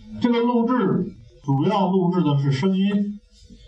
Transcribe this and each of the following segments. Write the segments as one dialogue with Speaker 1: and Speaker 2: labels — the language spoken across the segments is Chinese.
Speaker 1: 这个录制主要录制的是声音，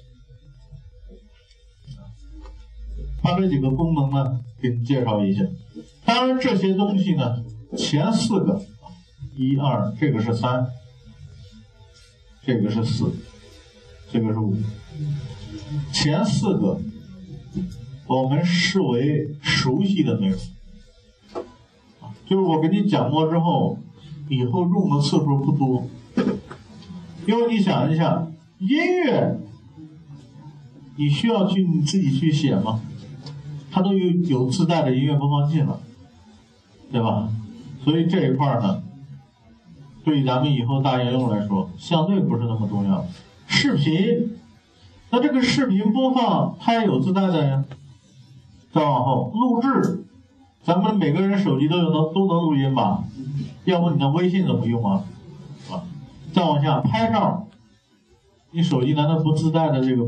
Speaker 1: 把这几个功能呢给你介绍一下。当然这些东西呢，前4个，1、2，这个是3，这个是4，这个是5，前4个我们视为熟悉的内容，就是我给你讲过之后，以后用的次数不多。因为你想一下，音乐你需要你自己去写吗？它都有自带的音乐播放器了，对吧？所以这一块呢，对于咱们以后大应用来说，相对不是那么重要。视频，那这个视频播放它也有自带的呀。再往后，录制，咱们每个人手机都能录音吧？要不你的微信怎么用啊？再往下，拍照，你手机难道不自带的这个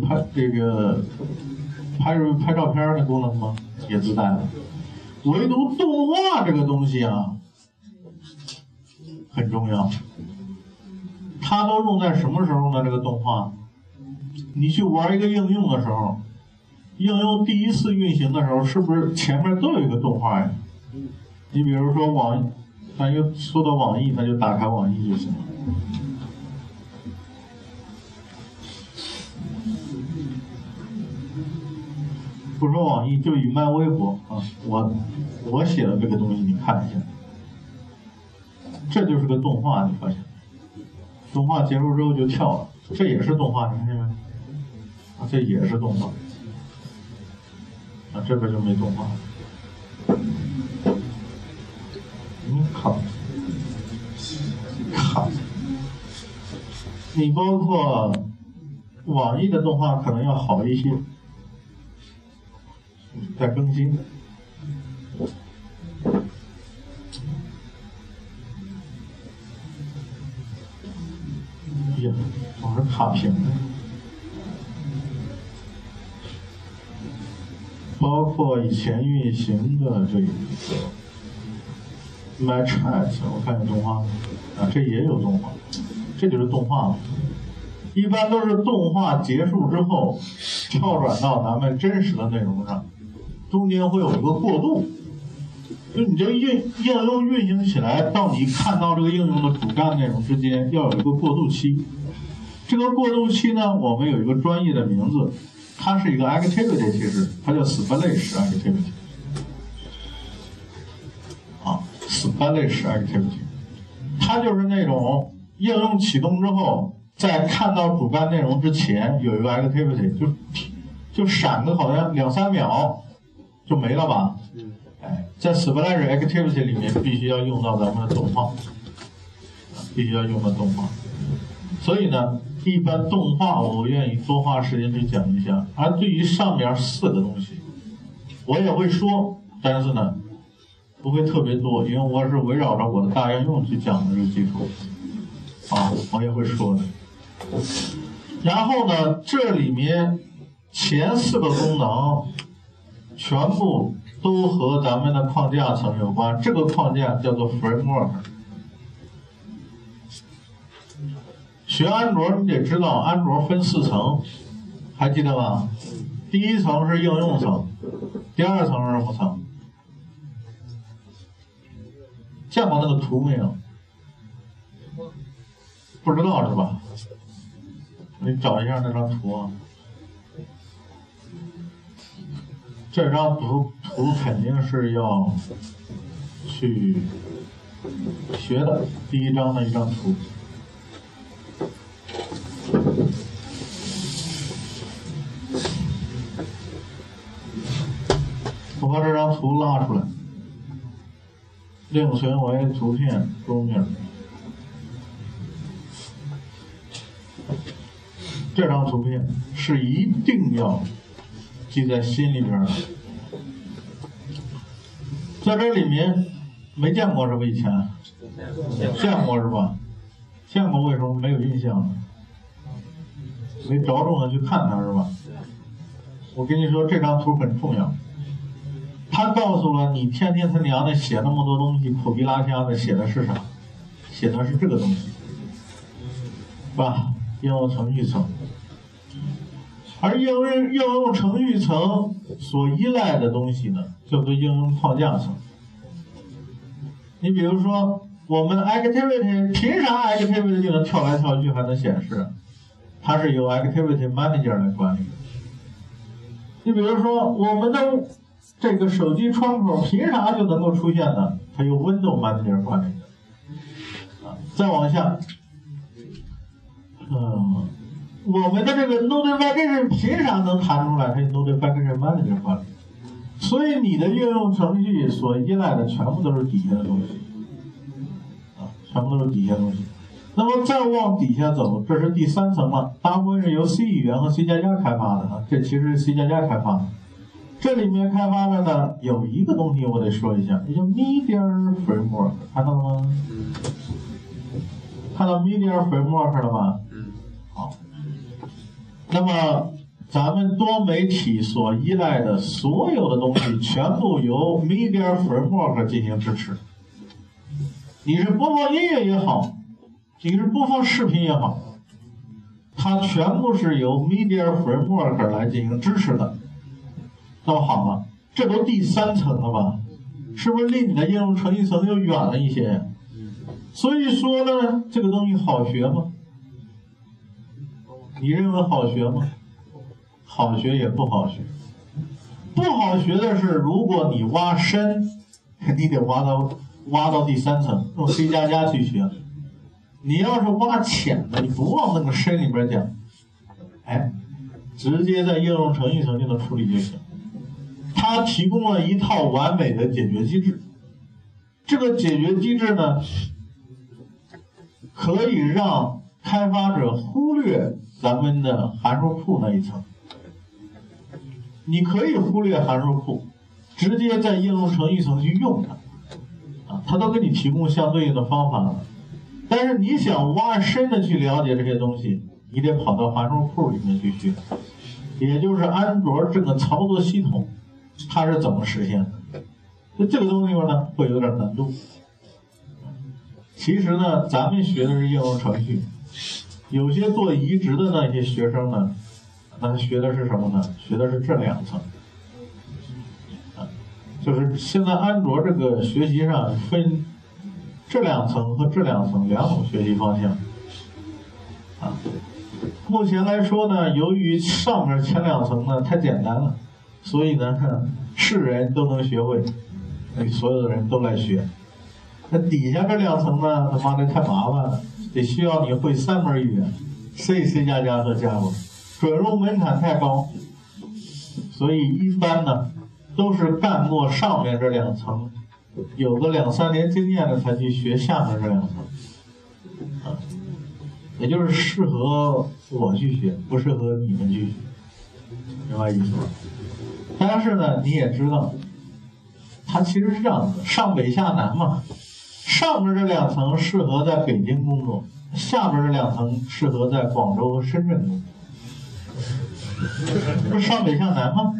Speaker 1: 拍照片的功能吗？也自带了。唯独动画这个东西啊，很重要。它都用在什么时候呢？这个动画，你去玩一个应用的时候，应用第一次运行的时候，是不是前面都有一个动画呀？你比如说咱又说到网易，那就打开网易就行了。不说网易，就以卖微博啊，我写的这个东西你看一下，这就是个动画，你发现？动画结束之后就跳了，这也是动画，你看见没？啊，这也是动画，啊，这边就没动画。卡，你包括网易的动画可能要好一些。在更新，呀，总是卡屏的。包括以前运行的这个 MyChat， 我看有动画啊，这也有动画，这就是动画了。一般都是动画结束之后，跳转到咱们真实的内容上。中间会有一个过渡，就你这应用运行起来，到你看到这个应用的主干内容之间要有一个过渡期。这个过渡期呢，我们有一个专业的名字，它是一个 activity， 其实它叫 splash activity。splash activity， 它就是那种应用启动之后，在看到主干内容之前有一个 activity， 就闪个好像2-3秒。就没了吧？哎，在 Splash Activity 里面必须要用到咱们的动画，必须要用到动画。所以呢，一般动画我愿意多花时间去讲一下。而对于上面4个东西，我也会说，但是呢，不会特别多，因为我是围绕着我的大应用去讲的这个基础。啊，我也会说的。然后呢，这里面前4个功能。全部都和咱们的框架层有关，这个框架叫做 framework。学安卓你得知道，安卓分4层，还记得吧？第一层是应用层，第2层是什么层？见过那个图没有？不知道是吧？你找一下那张图啊。这张图肯定是要去学的，第1章的一张图。我把这张图拉出来，另存为图片封面。这张图片是一定要记在心里边的，在这里面没见过是吧？以前见过是吧？见过为什么没有印象呢？没着重的去看它是吧？我跟你说，这张图很重要，它告诉了你天天他娘的写那么多东西，苦逼拉瞎的写的是啥？写的是这个东西。 是吧？应用程序层，而应用程序层所依赖的东西呢，叫做应用框架层。你比如说，我们 activity 凭啥 activity 就能跳来跳去还能显示？它是由 activity manager 来管理的。你比如说，我们的这个手机窗口凭啥就能够出现呢？它由 window manager 管理的。再往下，我们的这个 notification 凭啥能弹出来？它由 notification manager 管理。所以你的应用程序所依赖的全部都是底下的东西，全部都是底下的东西。那么再往底下走，这是第三层了，大部分是由 C 语言和 C++ 开发的啊，这其实是 C++ 开发的。这里面开发的呢，有一个东西我得说一下，也叫 Media Framework， 看到了吗？看到 Media Framework 了吗？好。那么咱们多媒体所依赖的所有的东西，全部由 Media Framework 进行支持。你是播放音乐也好，你是播放视频也好，它全部是由 Media Framework 来进行支持的。那么好了，这都第三层了吧？是不是离你的应用程序层又远了一些？所以说呢，这个东西好学吗？你认为好学吗？好学也不好学。不好学的是，如果你挖深，你得挖到第三层，用 C++ 去学。你要是挖浅的，你不往那个深里边讲，直接在应用程序层就能处理就行。它提供了一套完美的解决机制，这个解决机制呢，可以让开发者忽略咱们的函数库那一层。你可以忽略函数库，直接在应用程序层去用它，它都给你提供相对应的方法了。但是你想挖深的去了解这些东西，你得跑到函数库里面去学，也就是安卓这个操作系统它是怎么实现的。就这个东西呢，会有点难度。其实呢，咱们学的是应用程序，有些做移植的那些学生呢，那学的是什么呢？学的是这两层。就是现在安卓这个学习上分这两层和这两层两种学习方向。目前来说呢，由于上面前两层呢太简单了，所以呢是人都能学会，所有的人都来学。那底下这两层呢，他妈的太麻烦了，得需要你会3门语言 ，C、C++ 和 Java， 准入门槛太高，所以一般呢都是干过上面这两层，有个2-3年经验的才去学下面这两层，也就是适合我去学，不适合你们去学，明白意思吗？但是呢，你也知道，它其实是这样子，上北下南嘛。上面这两层适合在北京工作，下面这两层适合在广州和深圳工作。不是上北下南吗？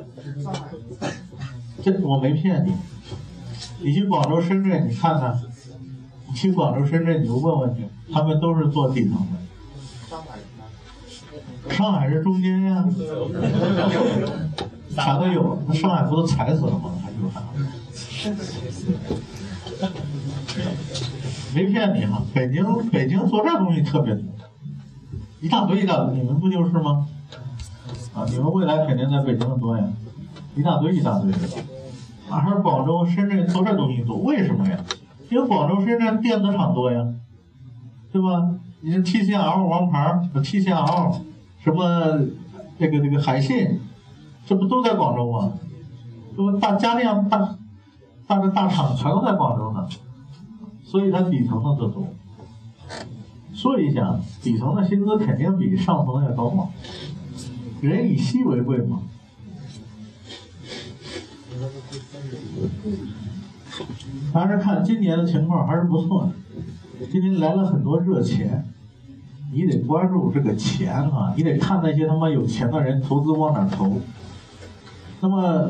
Speaker 1: 这我没骗你。你去广州、深圳，你看看，你去广州、深圳，你就问问去，他们都是做底层的。上海是中间呀，啥都有。那上海不都踩死了吗？还有啥？没骗你哈，北京做这东西特别多，一大堆一大堆，你们不就是吗？你们未来肯定在北京的多呀，一大堆一大堆的。还是广州、深圳做这东西多，为什么呀？因为广州、深圳电子厂多呀，对吧？你是 TCL 王牌，TCL 什么这个海信，这不都在广州吗？这不大家电大厂全都在广州呢，所以它底层的都多。说一下，底层的薪资肯定比上层要高嘛，人以稀为贵嘛。还是看今年的情况还是不错的，今年来了很多热钱，你得关注这个钱啊，你得看那些他妈有钱的人投资往哪投。那么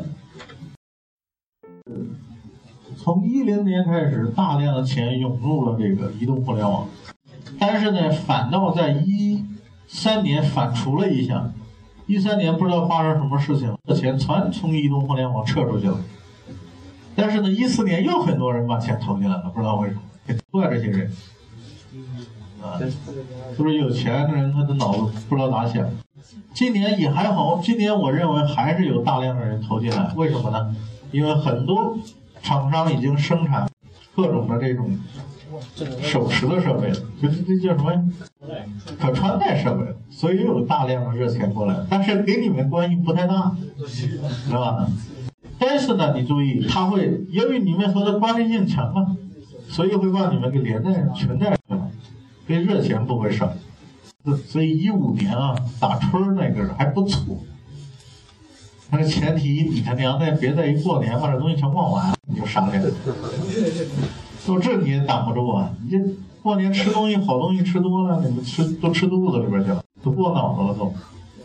Speaker 1: 从10年开始，大量的钱涌入了这个移动互联网， 但是呢，反倒在13年反刍了一下，13年不知道发生什么事情，这钱全从移动互联网撤出去了。但是呢，14年又很多人把钱投进来了，不知道为什么，给怪这些人。就是有钱的人，他的脑子不知道咋想。今年也还好，今年我认为还是有大量的人投进来，为什么呢？因为很多厂商已经生产各种的这种手持的设备了，就是这叫什么可穿戴设备了，所以有大量的热钱过来，但是给你们关系不太大，是吧？但是呢，你注意，他会由于你们和他关联性强啊，所以会把你们给连带存在去了，跟热钱不会少。所以15年啊，打春那个还不错。那个前提，你他娘的别在一过年把这东西全忘完，你就傻了。就这你也挡不住啊！你这过年吃东西好东西吃多了，你们都吃肚子里边去了，都过脑子了都。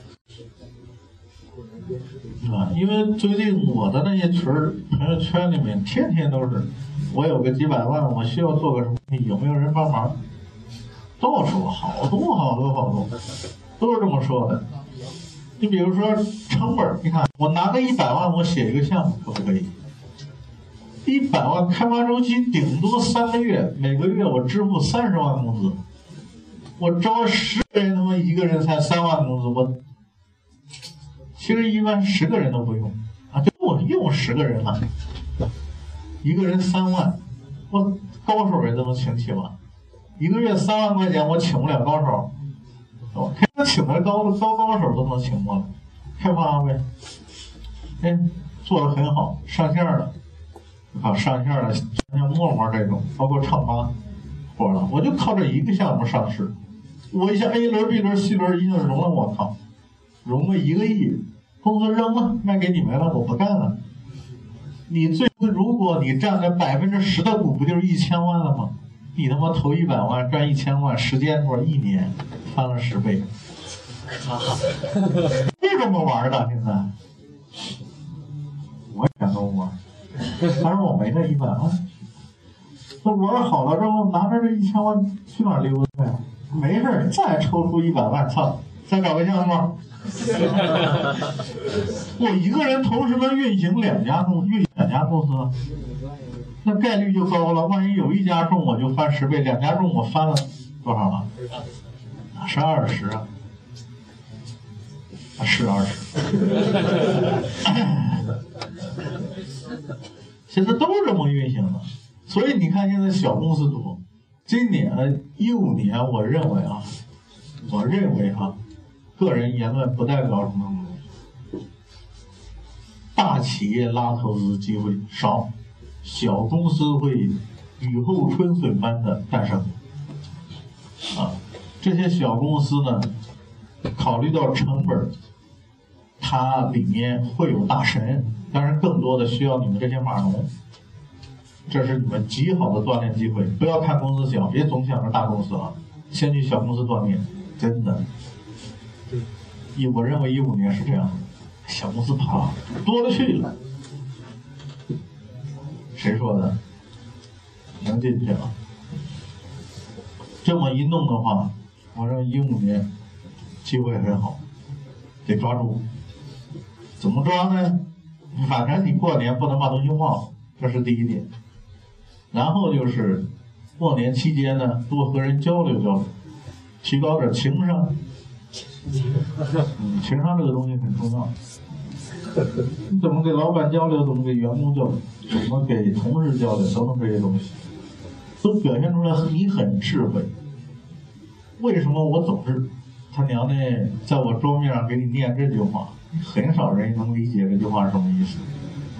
Speaker 1: 因为最近我的那些群朋友圈里面，天天都是，我有个几百万，我需要做个什么，有没有人帮忙？到处好多，都是这么说的。你比如说成本，你看我拿个100万，我写一个项目可不可以？100万开发周期顶多3个月，每个月我支付30万工资，我招10个人，他妈1个人才3万工资，我其实一般10个人都不用啊，就我用10个人了，1个人3万，我高手也都能请起吗？1个月3万块钱，我请不了高手，我看请的高手都能请过来，开发呗，做的很好，上线了。上线了，像陌陌这种，包括唱吧火了，我就靠这一个项目上市，我一下 A 轮、B 轮、C 轮一下融了，我靠，融了1个亿，公司扔了，卖给你们了，我不干了。你如果你占了10%的股，不就是1000万了吗？你他妈投100万赚1000万，时间多少？1年，翻了10倍，就这么玩的。现在我也想这么玩。但是我没这100万，那玩好了之后拿着这1000万去哪儿溜达呀？没事，再抽出100万，操，再找个项目。我一个人同时能运行2家公司，那概率就高了。万一有一家中，我就翻10倍；2家中，我翻了多少了？是20啊，是20。现在都这么运行的，所以你看现在小公司多。今年15年，我认为个人言论不代表什么东西。大企业拉投资机会少，小公司会雨后春笋般的诞生。这些小公司呢，考虑到成本，它里面会有大神。当然，更多的需要你们这些码农，这是你们极好的锻炼机会。不要看公司小，别总想着大公司啊，先去小公司锻炼，真的。我认为15年是这样的，小公司爬多了去了。谁说的？能进去了。这么一弄的话，我认为15年机会很好，得抓住。怎么抓呢？反正你过年不能把东西忘了，这是第一点。然后就是过年期间呢，多和人交流交流，提高点情商。情商这个东西很重要。你怎么给老板交流，怎么给员工交流，怎么给同事交流，等等这些东西，都表现出来你很智慧。为什么我总是他娘的在我桌面上给你念这句话？很少人能理解这句话是什么意思。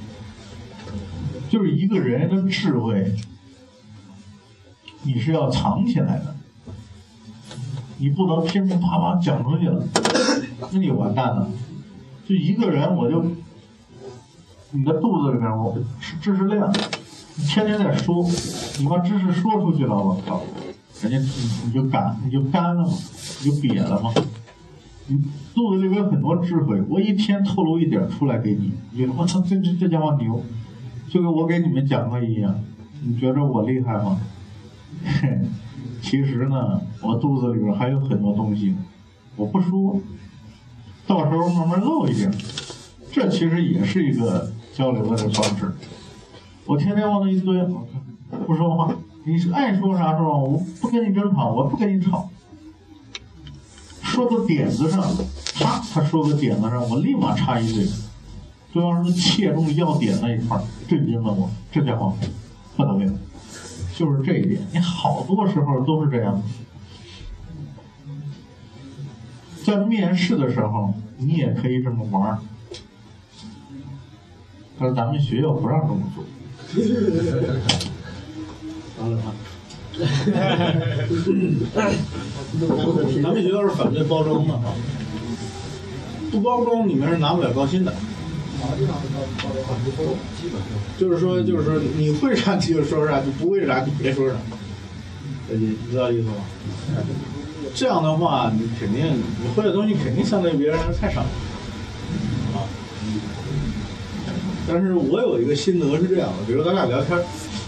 Speaker 1: 就是一个人的智慧，你是要藏起来的，你不能噼噼啪啪讲出去了，那你完蛋了。就一个人，你的肚子里面是知识量，你天天在说，你把知识说出去了，我靠，人家你就干了嘛，你就瘪了嘛。你肚子里面有很多智慧，我一天透露一点出来给你，你觉得我操，这家伙牛，就跟我给你们讲课一样，你觉得我厉害吗？ 其实呢，我肚子里边还有很多东西，我不说，到时候慢慢露一点。这其实也是一个交流的这方式。我天天往那一蹲，不说话，你是爱说啥说，我不跟你争吵，我不跟你吵。说到点子上，他说个点子上，我立马插一嘴。对方是切中要点那一块，震惊了我，这家伙不得了。就是这一点，你好多时候都是这样的。在面试的时候，你也可以这么玩，但是咱们学校不让这么做。
Speaker 2: 完了。咱们学校是反对包装的啊，不包装你们是拿不了高薪的。就是说，你会啥你就说啥，你不会啥你别说啥，你知道意思吗？这样的话，你肯定你会的东西肯定相对于别人太少啊。但是我有一个心得是这样的，比如咱俩聊天，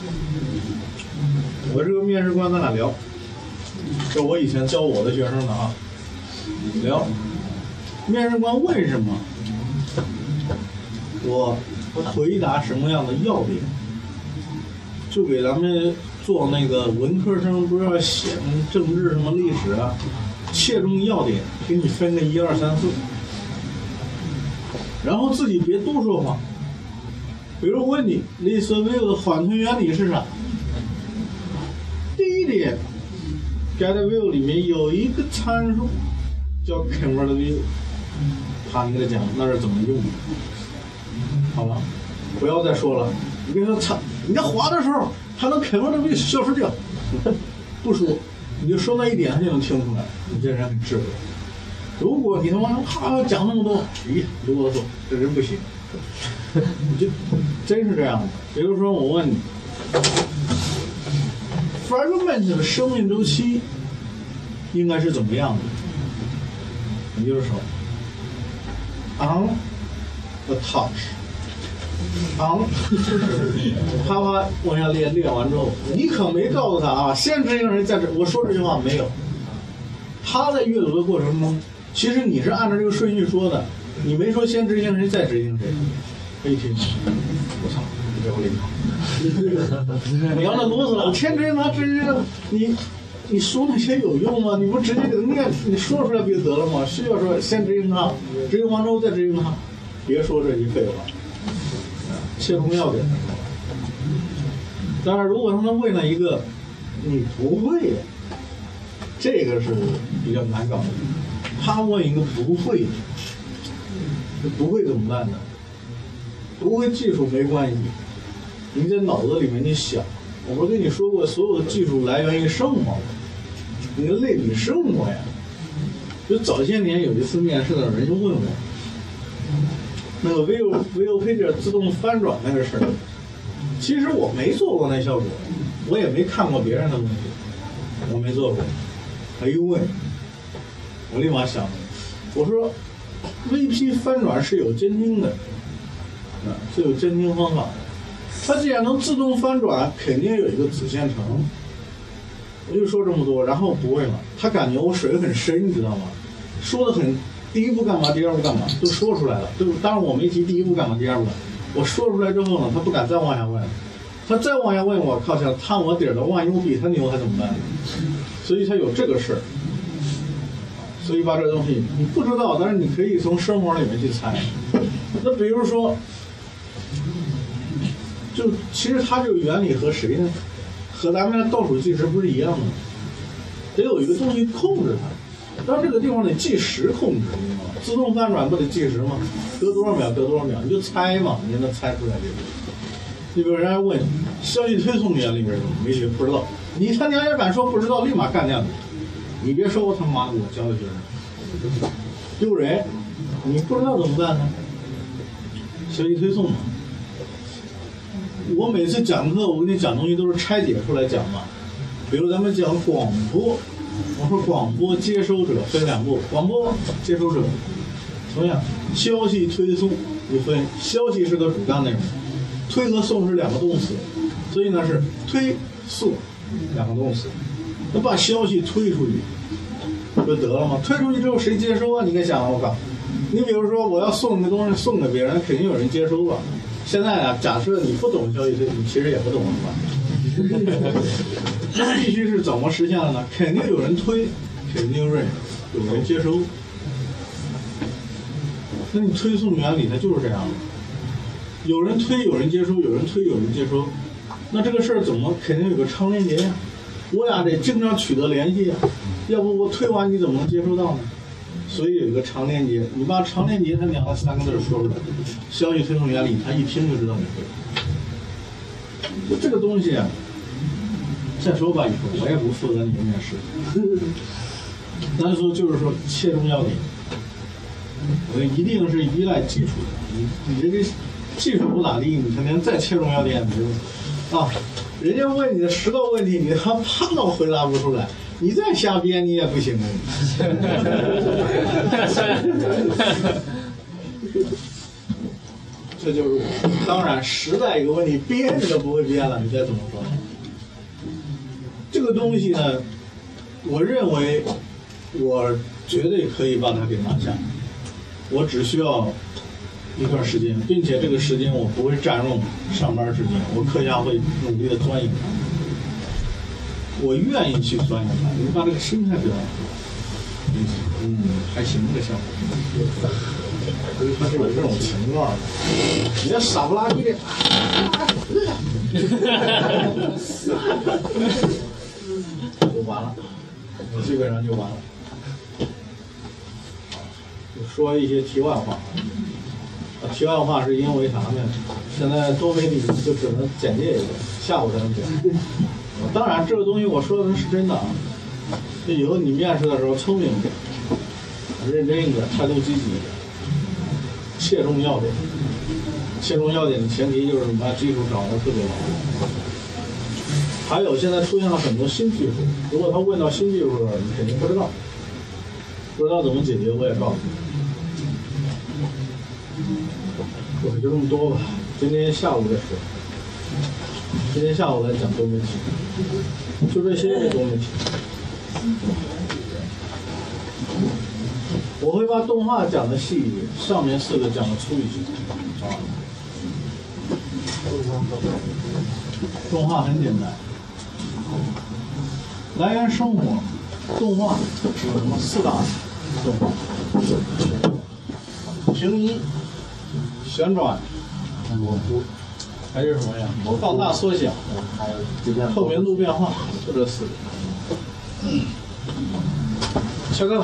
Speaker 2: 我这个面试官咱俩聊，这我以前教我的学生的啊，聊面试官问什么。我回答什么样的要点，就给咱们做那个文科生不是要写政治什么历史啊，切中要点，给你分个1、2、3、4，然后自己别多说话。比如问你李斯维的缓存原理是啥？第一点 ，get view 里面有一个参数叫 convert view， 你给他讲那是怎么用的。好了，不要再说了。你跟他说，你在滑的时候，他能肯定被消失掉。不说，你就说那一点，他就能听出来，你这人很智慧。如果你他妈啪讲那么多，咦，如果说这人不行，你就真是这样的。比如说，我问你 ，fragment 的生命周期应该是怎么样的？你就是说 ，on the touch。啪啪往下练完之后，你可没告诉他啊，先执行人在这，我说这句话没有。他在阅读的过程中，其实你是按照这个顺序说的，你没说先执行谁再执行谁。一听，我操，你给我领导，你要那啰嗦了，我先执行他执行你说那些有用吗？你不直接给他念，你说出来不就得了吗？需要说先执行他，执行完之后再执行他，别说这些废话。切中要点。当然，如果他们问了一个你不会的，这个是比较难搞的。他问一个不会的，不会怎么办呢？不会技术没关系，你在脑子里面你想，我不是跟你说过，所有的技术来源于生活，你的类比生活呀。就早些年有一次面试的人就问我。那个 View Pager 自动翻转那个事儿，其实我没做过那效果，我也没看过别人的东西，我没做过。他一问，我立马想，我说 VP 翻转是有监听的，是有监听方法的。它既然能自动翻转，肯定有一个子线程。我就说这么多，然后不问了。他感觉我水很深，你知道吗？说的很。第一步干嘛，第二步干嘛，都说出来了。对，当然我没提第一步干嘛，第二步干嘛。我说出来之后呢，他不敢再往下问了。他再往下问，我靠，想探我底儿的，万一我比他牛还怎么办？所以他有这个事儿。所以把这个东西你不知道，但是你可以从生活里面去猜。那比如说，就其实它这个原理和谁呢？和咱们的倒数计时不是一样的吗？得有一个东西控制它。但这个地方得计时控制，你知道吗？自动翻转不得计时吗？隔多少秒，你就猜嘛，你能猜出来这个。你比如人家问消息推送原理是什么，没学不知道，你他娘也敢说不知道，立马干掉你。你别说我他妈的我教的学生丢人，你不知道怎么办呢？消息推送嘛。我每次讲课，我跟你讲东西都是拆解出来讲嘛。比如咱们讲广播。我说广播接收者分两步，广播接收者，同样消息推送一分，消息是个主干内容，推和送是两个动词，所以呢是推送两个动词。 那把消息推出去不得了吗？推出去之后谁接收啊？你给想，我靠！你比如说我要送个东西送给别人，肯定有人接收吧？现在啊，假设你不懂消息推，你其实也不懂是吧？这必须是怎么实现的呢？肯定有人推，肯定是有人接收。那你推送原理它就是这样的，有人推有人接收，有人推有人接收，那这个事儿怎么肯定有个长连接呀？我俩得经常取得联系呀，要不我推完你怎么能接收到呢？所以有一个长连接，你把长连接它2个3个字说出来，消息推送原理，他一听就知道你会。这个东西啊，再说吧，以后我也不负责你的面试。咱说就是说切中要点，我一定是依赖技术的。你这个技术不咋地，你天天再切中要点，你就啊，人家问你的10个问题，你他妈都回答不出来，你再瞎编你也不行啊。这就是我。当然，实在一个问题编你都不会编了，你该怎么说？这个东西呢，我认为我绝对可以把它给拿下，我只需要一段时间，并且这个时间我不会占用上班时间，我课下会努力的钻研它，我愿意去钻研它。你把这个心态表达出来，还行这个项目，所以它是有这种情况的，你要傻不拉几的，就完了，基本上就完了。说一些题外话，题外话是因为啥呢？现在多媒体就只能简介一个，下午才能讲。当然，这个东西我说的是真的啊。就以后你面试的时候聪明一点，认真一点，态度积极一点，切中要点。切中要点的前提就是你把技术掌握特别好。还有现在出现了很多新技术，如果他问到新技术的时候，你肯定不知道，不知道怎么解决，我也告诉你。我就这么多吧，今天下午再说。今天下午来讲多媒体，就这些多媒体。我会把动画讲的细一点，上面4个讲的粗一些。啊，动画很简单，来源生活，动画有什么4大动画？平移、旋转、模糊，还是什么呀？放大、缩小，还有透明度变化，就这4个。下课了。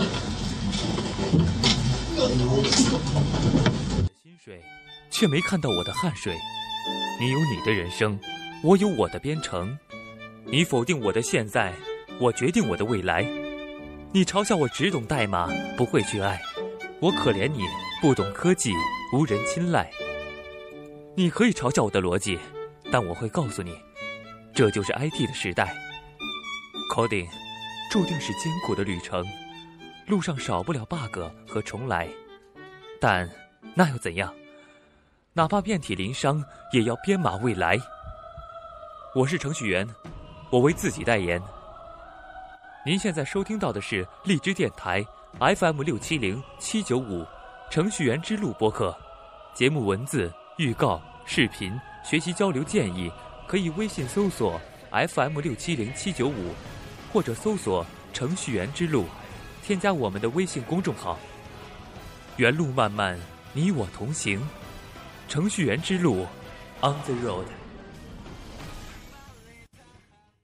Speaker 3: 薪水，却没看到我的汗水。你有你的人生，我有我的编程。你否定我的现在，我决定我的未来。你嘲笑我只懂代码，不会去爱。我可怜你不懂科技，无人青睐。你可以嘲笑我的逻辑，但我会告诉你，这就是 IT 的时代。Coding 注定是艰苦的旅程，路上少不了 bug 和重来，但那又怎样？哪怕遍体鳞伤，也要编码未来。我是程序员，我为自己代言。您现在收听到的是荔枝电台 FM670795程序员之路播客，节目文字、预告、视频、学习交流建议，可以微信搜索 FM670795，或者搜索程序员之路，添加我们的微信公众号。原路漫漫，你我同行，程序员之路 On the road。